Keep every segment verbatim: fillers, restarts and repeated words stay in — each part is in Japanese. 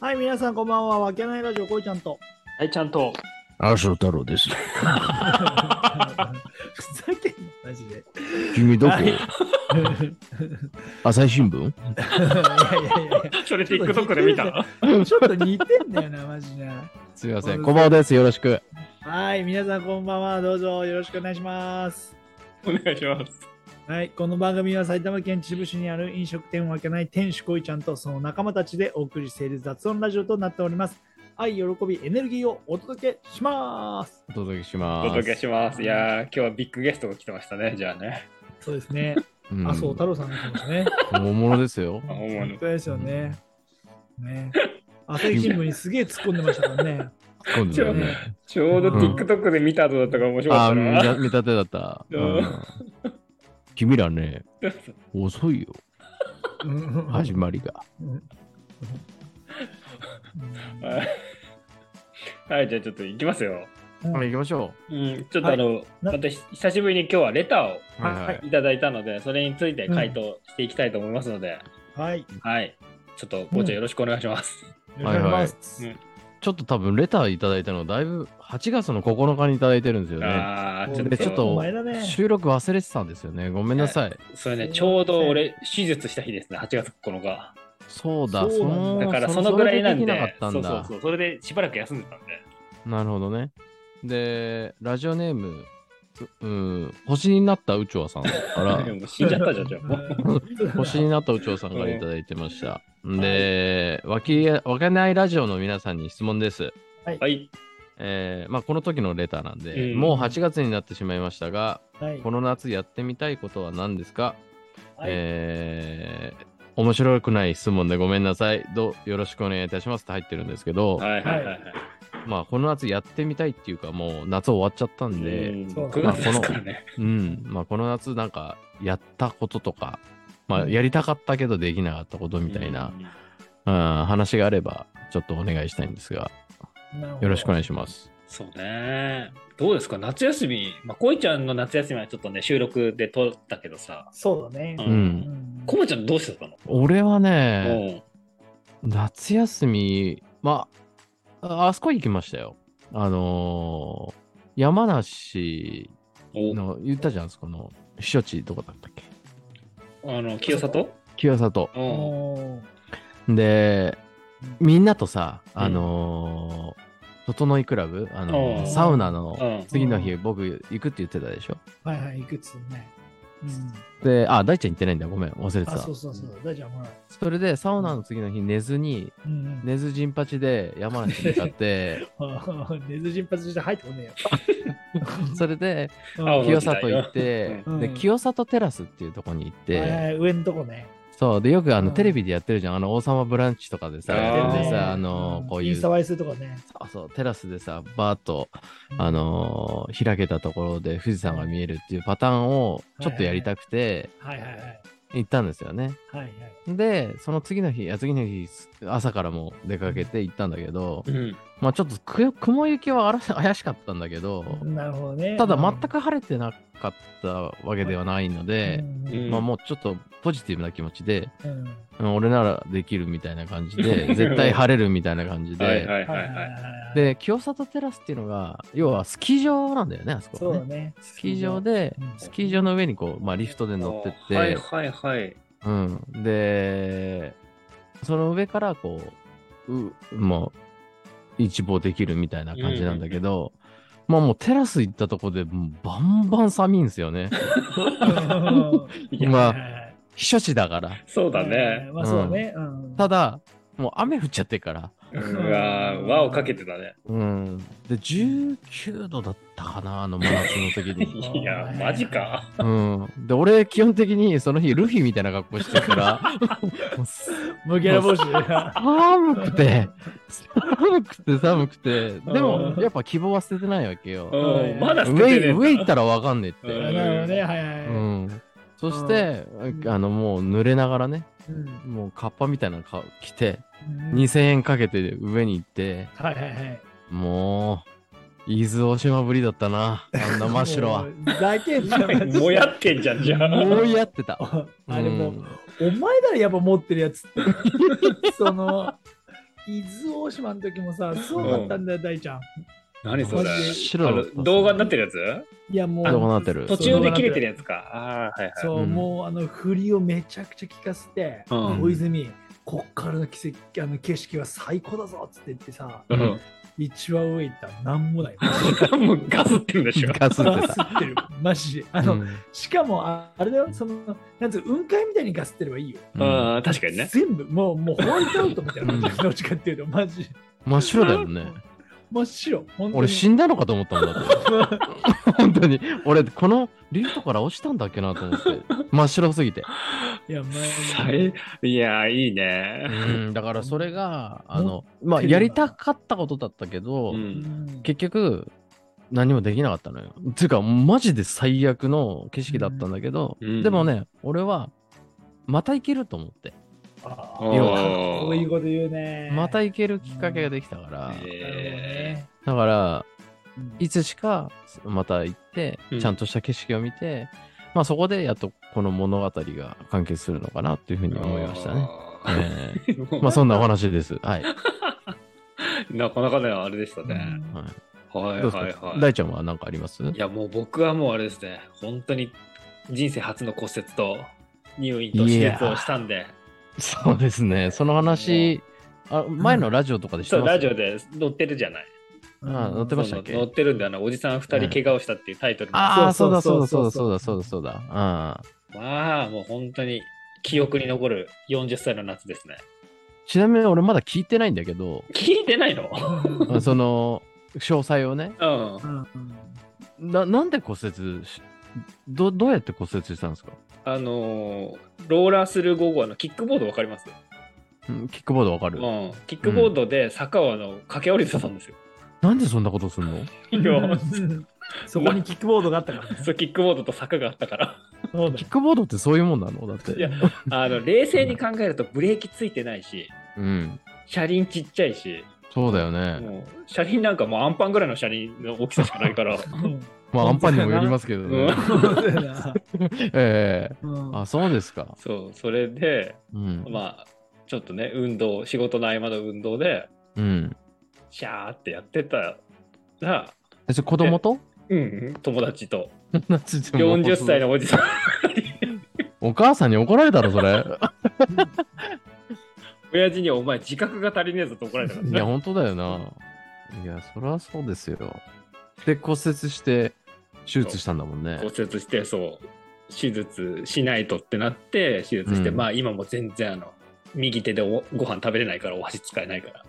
はい、皆さんこんばんは。わけないラジオ、こいちゃんと。 はい、ちゃんと。 あしょ太郎です。 ふざけんな、マジで。 君どこ、 はい、 朝日新聞。 いやいやいやいや。 それ TikTok で見たちょっと似てんだよな、マジで。 すみません。こんばんはです。よろしく。 はい、皆さんこんばんは。どうぞよろしくお願いします。 お願いします。 はい、この番組は埼玉県秩父市にある飲食店を分けない店主こいちゃんとその仲間たちでお送りしている雑音ラジオとなっております。愛、喜び、エネルギーをお届けします。 お届けします。 お届けします。いやー、今日はビッグゲストが来てましたね、じゃあね。 そうですね。 うん、 あ、そう、太郎さんが来てますね。 大物ですよ。 本当ですよね。ね。朝日新聞にすげえ突っ込んでましたからね。 突っ込んでたね。 ちょうど TikTok で見た後だったから面白かったな。 あ、見立てだった。うん、君らね、遅いよ。始まりが。 はい、じゃあちょっと行きますよ。 はい、行きましょう。うん、ちょっとあの、私、久しぶりに今日はレターをいただいたので、それについて回答していきたいと思いますので、 はい。 はい。ちょっと、こうちゃんよろしくお願いします。 はいはい。 ちょっと多分レターいただいたのだいぶはちがつのここのかにいただいてるんですよね。 ああ、 ちょっと、ちょっと収録忘れてたんですよね。ごめんなさい。 それね、ちょうど俺、手術した日ですね、はちがつここのか。 そうだ、そのだからそのぐらいなんで、 そうそうそう、それでしばらく休んでたんで。 なるほどね。で、ラジオネーム、うん、星になった宇宙さんから、 死んじゃったじゃん、じゃあ。星になった宇宙さんからいただいてました。で、わけ、わけないラジオの皆さんに質問です。 はい。 えー、まあこの時のレターなんで、うん、もうはちがつになってしまいましたが、はい、この夏やってみたいことは何ですか？はい、えー、面白くない質問でごめんなさい。どうよろしくお願いいたしますって入ってるんですけど、 はいはいはいはい。 まあこの夏やってみたいっていうかもう夏終わっちゃったんで、 くがつですからね。 うん、まあこの夏なんかやったこととか、まあやりたかったけどできなかったことみたいな、うん、話があればちょっとお願いしたいんですが、よろしくお願いします。 そうね。どうですか夏休み、まあこいちゃんの夏休みはちょっとね収録で撮ったけどさ。 そうだね。 うん。 こまちゃんどうしてたの？ 俺はね、夏休み、まあ、あそこ行きましたよ。あのー、山梨の、言ったじゃん、そこの、避暑地どこだったっけ？ あの、清里？ 清里。で、みんなとさ、あのー、整いクラブ、あのー、サウナの次の日、僕行くって言ってたでしょ？ はいはい、行くっつね。 うん、で、あ、大ちゃん行ってないんだ。ごめん、忘れてた。 そうそうそう、大ちゃんほら。 それで、サウナの次の日、寝ずに、うん、寝ず陣八で山梨に向かって、 寝ず陣八して入ってこねえよ。 それで、清里行って、うん、で、清里テラスっていうとこに行って、 上のとこね。 そう。で、よくあの、テレビでやってるじゃん。あの、王様ブランチとかでさ、やっててさ、あの、こういう。インスタ映えするとかね。 そうそう、テラスでさ、バーっと、あのー、開けたところで富士山が見えるっていうパターンをちょっとやりたくて、 はいはいはい。 行ったんですよね。 はいはい。 で、その次の日、いや次の日、朝からも出かけて行ったんだけど、うん、まあちょっと雲行きは怪しかったんだけど、 なるほどね。 ただ全く晴れてなかったわけではないので、うん、まあもうちょっとポジティブな気持ちで、うん、俺ならできるみたいな感じで、絶対晴れるみたいな感じで、で、清里テラスっていうのが、要はスキー場なんだよね、あそこ、ね。そうね。スキー場で、スキー場の上にこう、まあリフトで乗ってって、 はいはいはい。 うん。で、その上からこう、う、もう、一望できるみたいな感じなんだけど、うん、まあもうテラス行ったとこでバンバン寒いんですよね。まあ、避暑地だから。 そうだね。 まあそうだね。 うん、ただ、もう雨降っちゃってから。 うわー、輪をかけてたね。 うん。で、じゅうきゅうどだったかな、あの真夏の時に。 いや、マジか。 うん。で、俺、基本的にその日、ルフィみたいな格好してるから、 麦わら帽子。 寒くて、寒くて寒くて、でも、やっぱ希望は捨ててないわけよ。 まだ捨ててねえ。上行ったらわかんねえって。 なるほどね、はいはい。 うん。そして、あの、もう濡れながらね、うん、もうカッパみたいなの着て、うん、にせんえんかけて上に行って、 はいはいはい。 もう、伊豆大島ぶりだったな、あんな真っ白は。 だけじゃん。 もやってんじゃん、じゃあ。 もやってた。 あれも、うん、お前だろ、やっぱ持ってるやつって。その、 伊豆大島の時もさ、すごかったんだよ、大ちゃん。 何それ？ 白の動画になってるやつ？ いやもう動画になってる。 途中で切れてるやつか。ああ、はいはい。 そう、うん、もうあの振りをめちゃくちゃ聞かせて、うん、大泉、こっからの奇跡、あの景色は最高だぞっつって言ってさ、うん、一話上行ったらなんもない。 もうガスってるんでしょ。 ガスってガスってる。マジで。あの、うん、しかもあ、あれだよ、その、なんつう、雲海みたいにガスってればいいよ。 うん、あ確かにね。 全部、もう、もうホワイトアウトみたいな感じ。どっちかっていうと、マジ。 真っ白だよね。 真っ白。 俺死んだのかと思ったんだって。本当に。俺、このリフトから落ちたんだっけなと思って。真っ白すぎて。 いや、まあ、いや、いいね。 うん、だからそれが、あの、まあ、やりたかったことだったけど、うん、結局、何もできなかったのよ。っていうか、マジで最悪の景色だったんだけど、うん、でもね、俺は、また行けると思って。 ああ、こういうこと言うね。 また行けるきっかけができたから、えー、だからいつしかまた行って、うん、ちゃんとした景色を見て、まあそこでやっとこの物語が完結するのかなっていうふうに思いましたね。えー、まあそんなお話です。はい。 なかなかねあれでしたね。 うん、はい、はいはいはい。大ちゃんは何かあります？ いやもう僕はもうあれですね。本当に人生初の骨折と入院と手術をしたんで。 そうですね。その話、あ、前のラジオとかでしてます、 そう、ラジオで載ってるじゃない。 ああ、載ってましたっけ？ 載ってるんで、あの、おじさんふたり怪我をしたっていうタイトル、 うん、ああ、そうだそうだそうだそうだそうだそうだ。 ああ。まあ、もう本当に記憶に残るよんじゅっさいの夏ですね。 ちなみに俺まだ聞いてないんだけど。 聞いてないの？ その、詳細をね。 うん。 な、なんで骨折し、ど、どうやって骨折したんですか？ あのー、ローラースルーご号のキックボードわかります？ うん、キックボードわかる。 うん。キックボードで坂をあの駆け下りてたんですよ。 なんでそんなことすんの？ そこにキックボードがあったから、ね。 そう、キックボードと坂があったから。 キックボードってそういうもんなの？だって。 いや、あの、冷静に考えるとブレーキついてないし、うん。車輪ちっちゃいし。 そうだよね。 もう車輪なんかもうアンパンぐらいの車輪の大きさしかないから。 まあ、アンパンにもよりますけどね。ええー、あ、そうですか。 そう、それで、うん、まあ、ちょっとね、運動、仕事の合間の運動で、うん、シャーってやってたら、 え、それ子供と？ うん、友達と。よんじゅっさいのおじさん。 お母さんに怒られたろ、それ。 親父にお前自覚が足りねえぞと怒られたから、ね。 いや、本当だよな。いや、そりゃそうですよ。で、骨折して手術したんだもんね。 骨折して、そう手術しないとってなって手術して、うん、まあ今も全然あの右手でおご飯食べれないからお箸使えないから。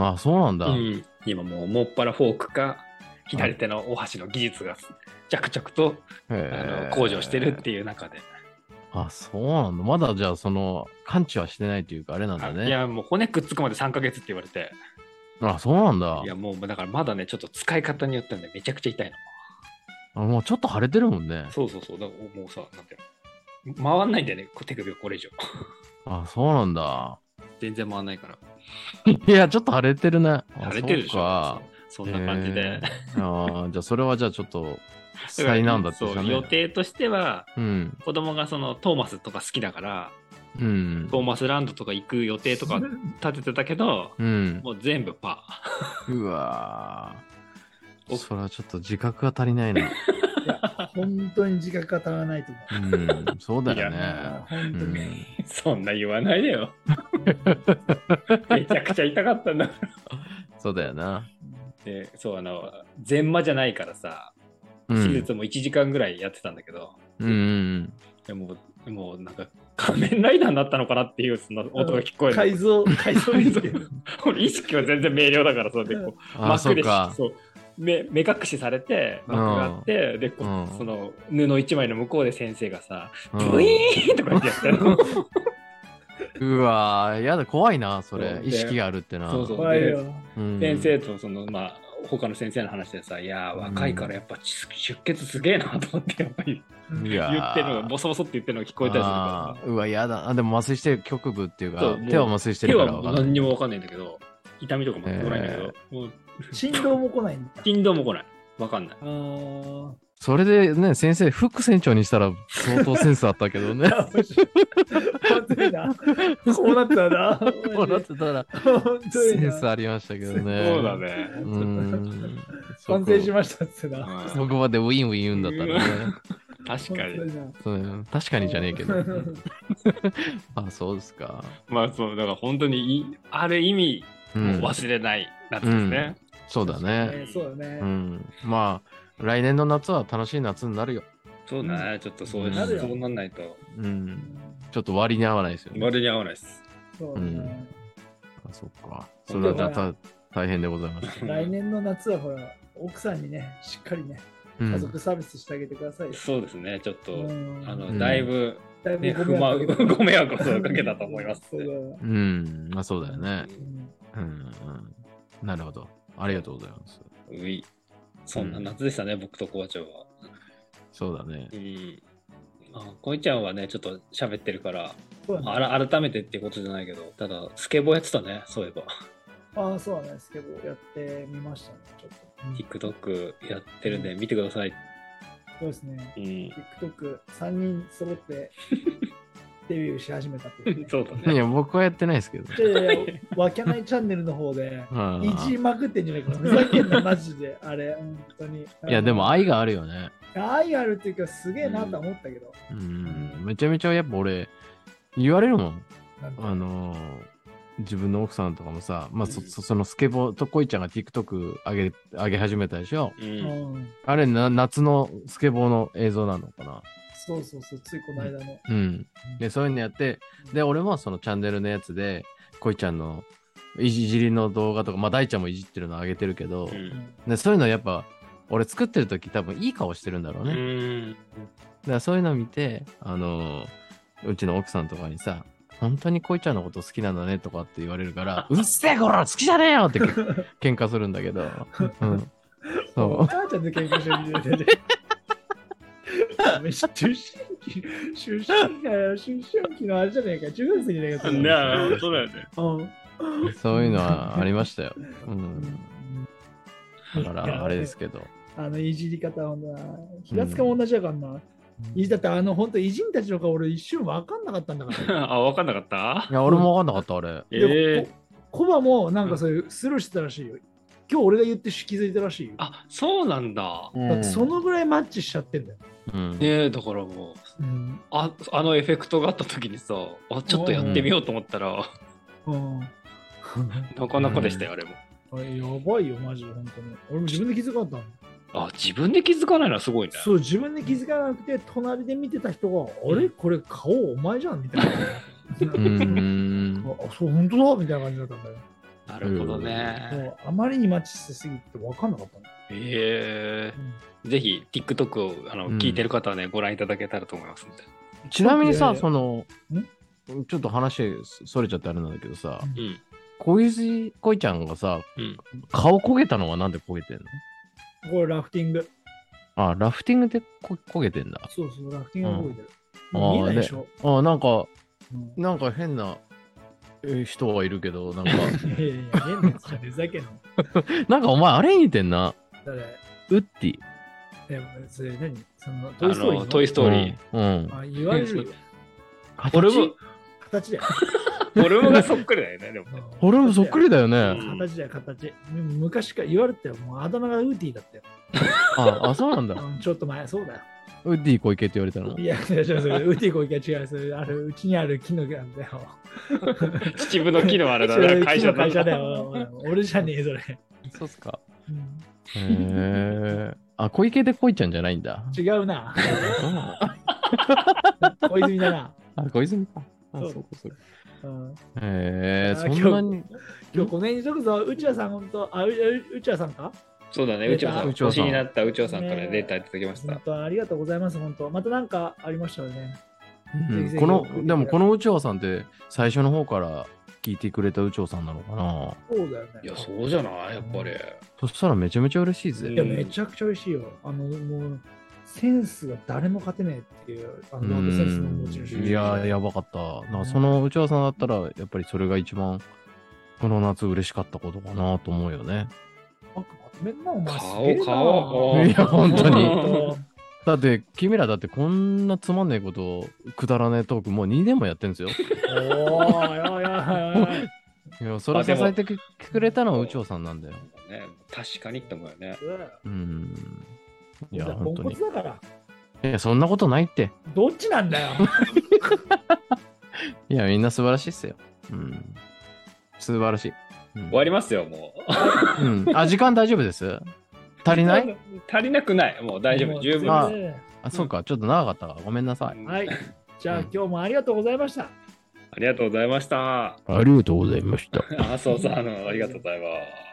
あ、そうなんだ。うん、 今もうもっぱらフォークか左手のお箸の技術が着々とあの向上してるっていう中で。 あ、そうなんだ。まだじゃあその完治はしてないというかあれなんだね。 いやもう骨くっつくまでさんかげつって言われて。 あ、そうなんだ。 いやもうだからまだねちょっと使い方によってはねめちゃくちゃ痛いの。 あ、もうちょっと腫れてるもんね。 そうそうそう。だからもうさ、なんて回んないんだよね、手首をこれ以上。 あ、そうなんだ。 全然回んないから。 いや、ちょっと腫れてるね。 腫れてるでしょ。そ, そんな感じで。 ああ、じゃあそれはじゃあちょっと災難だったんですかね。 そう、予定としては、うん、子供がそのトーマスとか好きだから、うん、トーマスランドとか行く予定とか立ててたけど、うん、もう全部パー。うわー。それはちょっと自覚が足りないな。いや、本当に自覚が足らないと思う。 うん、そうだよね。 本当に、うん。 そんな言わないでよ。めちゃくちゃ痛かったんだ。 そうだよな。 で、そう、あの、全麻じゃないからさ、手術もいちじかんぐらいやってたんだけど、うん、でも、もうなんか仮面ライダーになったのかなっていうその音が聞こえる。 改造、改造してる。 俺意識は全然明瞭だから、そうでこう幕でそう目目隠しされて幕があって、でこうその布一枚の向こうで先生がさ、ブイーンとか言ってやってるの。 うわー、やだ、怖いな、それ。意識があるってな。 そうそう。怖いよ。先生とその、まあ、他の先生の話でさ、いやー、若いからやっぱ出血すげえなと思って、やっぱり言ってるのが、ボソボソって言ってるのが聞こえたりするから。 うわ、やだ。あ、でも麻酔してる局部っていうか、手は麻酔してるから。 手は何にもわかんないんだけど、痛みとかも来ないんだけど、 振動も来ないんだ。 振動も来ない。わかんない。 それでね、先生、副船長にしたら相当センスあったけどね。 本当にな。こうなったらな。 こうなってたら、センスありましたけどね。 そうだね。 うん。 完成しましたってな。 そこまでウィンウィン言うんだったらね。 確かに、 うん。確かにじゃねえけど。あ、そうですか。 まあそう、だから本当にいある意味、忘れない夏ですね。 うん、そうだね。 そうだね。 うん。まあ、来年の夏は楽しい夏になるよ。 そうね、ちょっとそういうそうなんないと。 うん。ちょっと割に合わないですよね。 割に合わないです。 そうね。 あ、そっか。それは夏大変でございます。 来年の夏はほら、奥さんにね、しっかりね、家族サービスしてあげてください。 そうですね、ちょっと、あの、だいぶ、ね、不満、ご迷惑をかけたと思います。 うん、まあそうだよね。うん、なるほど。ありがとうございます。 うい。そんな夏でしたね、僕とコバちゃんは。 そうだね。 うん。あ、こいちゃんはね、ちょっと喋ってるから、あら改めてってことじゃないけど、ただ、スケボーやってたね、そういえば。 ああ、そうだね、スケボーやってみましたね、ちょっと。TikTok やってるんで、見てください。 そうですね。 うん、 TikTokさんにん揃ってデビューし始めたっていう、 ね。そうだね。 いや、僕はやってないですけど。 いやいや、わけないチャンネルの方で、いじまくってんじゃないかな。ふざけんな、マジで。あれ、本当に。いや、でも愛があるよね。 愛があるっていうか、すげえなと思ったけど。 うん、うんめちゃめちゃやっぱ俺、言われるもん。あのー、自分の奥さんとかもさ、まあ、そ, そのスケボーとこいちゃんが TikTok 上げ上げ始めたでしょ。うん、あれな、夏のスケボーの映像なのかな。 そうそうそう、ついこの間の。 うん。で、そういうのやって、で、俺もそのチャンネルのやつで、こいちゃんのいじりの動画とか、まあ、大ちゃんもいじってるの上げてるけど、うん、でそういうのやっぱ、俺作ってる時多分いい顔してるんだろうね。うん、だからそういうのを見て、あのー、うちの奥さんとかにさ、本当にこいちゃんのこと好きなんだねとかって言われるから、うっせえこら好きじゃねえよって喧嘩するんだけど。うん、 そう。お母ちゃんで喧嘩してるんで。出身期、出身期だよ、出身期のあれじゃねえか、中学生じゃねえか。 いや、そうだよね。 うん。そういうのはありましたよ。うん。だからあれですけど。 あのいじり方はな、平塚も同じやからな。うん、だってあの本当偉人たちの顔俺一瞬分かんなかったんだから。 あ、分かんなかった？ いや、俺も分かんなかったあれ。 ええ。コバもなんかそういうスルーしてたらしいよ。今日俺が言って気づいたらしいよ。 あ、そうなんだ。 だってそのぐらいマッチしちゃってんだよ。 うん、ねえ、だからもう、うん、あ、あのエフェクトがあった時にさ、あ、ちょっとやってみようと思ったら、うん、なかなかでしたよ、あれも。 あれやばいよ、マジで、本当に。俺も自分で気づかなかったの。 あ、自分で気づかないのはすごいね。 そう、自分で気づかなくて、隣で見てた人が、あれこれ顔お前じゃんみたいな。うんあ、そう、本当だみたいな感じだったんだよ。 なるほどね。 あまりにマッチしすぎて分かんなかったの。 へえー。ぜひ TikTok をあの、うん、聞いてる方はね、ご覧いただけたらと思いますんで。 ちなみにさ、その、ちょっと話それちゃってあれなんだけどさ、うん、小泉こいちゃんがさ、うん、顔焦げたのはなんで焦げてんの？ これラフティング。 あ、ラフティングでこ焦げてんだ。 そうそう、ラフティングが焦げてる。 うん、見えないでしょ。ああ、なんか、うん、なんか変な人はいるけど、なんか。いやいや、 変なやつじゃふざけんの。 なんかお前あれに似てんな。 誰？ ウッディ。 え、それ何？そのトイストーリー。 トイストーリー。 うん。 あ、言われるよ。 俺も、 形だよ。 俺もがそっくりだよね、でも。 俺もそっくりだよね。 形だよ、形。昔から言われてたよ。もうあだ名がウッディだったよ。 あ、あ、そうなんだ。 ちょっと前、そうだよ。 ウッディ小池って言われたの？ いや、違う違う、ウッディ小池は違う。それあるうちにある木の木なんだよ。 秩父の木のあれだね、 会社会社だよ。俺じゃねえ、それ。 そうっすか。へえ。あ、小池で小池ちゃんじゃないんだ。 違うな。小泉だな。 あ、小泉か。あ、そうかそうか。へえ、そんなに。 今日この辺にしとくぞ、内谷さん、ほんと、あ、内谷さんか？ そうだね、内谷さん。推しになった内谷さんからデータいただきました。 本当ありがとうございます、本当。またなんかありましたよね。 この、でもこの内谷さんって最初の方から聞いてくれた内谷さんなのかな？ そうだよね。 いや、そうじゃない、やっぱり。 そしたらめちゃめちゃ嬉しいぜ。 いや、めちゃくちゃ嬉しいよ。あの、もう、センスが誰も勝てねえっていう、あの、ロードセンスの持ち主。 いや、やばかった。なその内田さんだったら、やっぱりそれが一番、この夏嬉しかったことかなと思うよね。 なんかまとめんな、お前。 顔、顔。 いや、本当に。 だって、君らだってこんなつまんないことを、くだらねえトーク、もうにねんもやってるんですよ。おー、やばいやばいやばい。いや、それを支えてくれたのは宇長さんなんだよ。 ね、確かにって思うよね。 うん。いや、 本当に。だから。 いや、そんなことないって。 どっちなんだよ。 いや、みんな素晴らしいっすよ。うん。素晴らしい。 うん、終わりますよ、もう。うん。あ、時間大丈夫です。足りない足りなくない。もう大丈夫。十分。 あ、あ、そうか。ちょっと長かったから。ごめんなさい。 はい。じゃあ、今日もありがとうございました。 ありがとうございました。 ありがとうございました。 あ、そうそう、あの、ありがとうございます。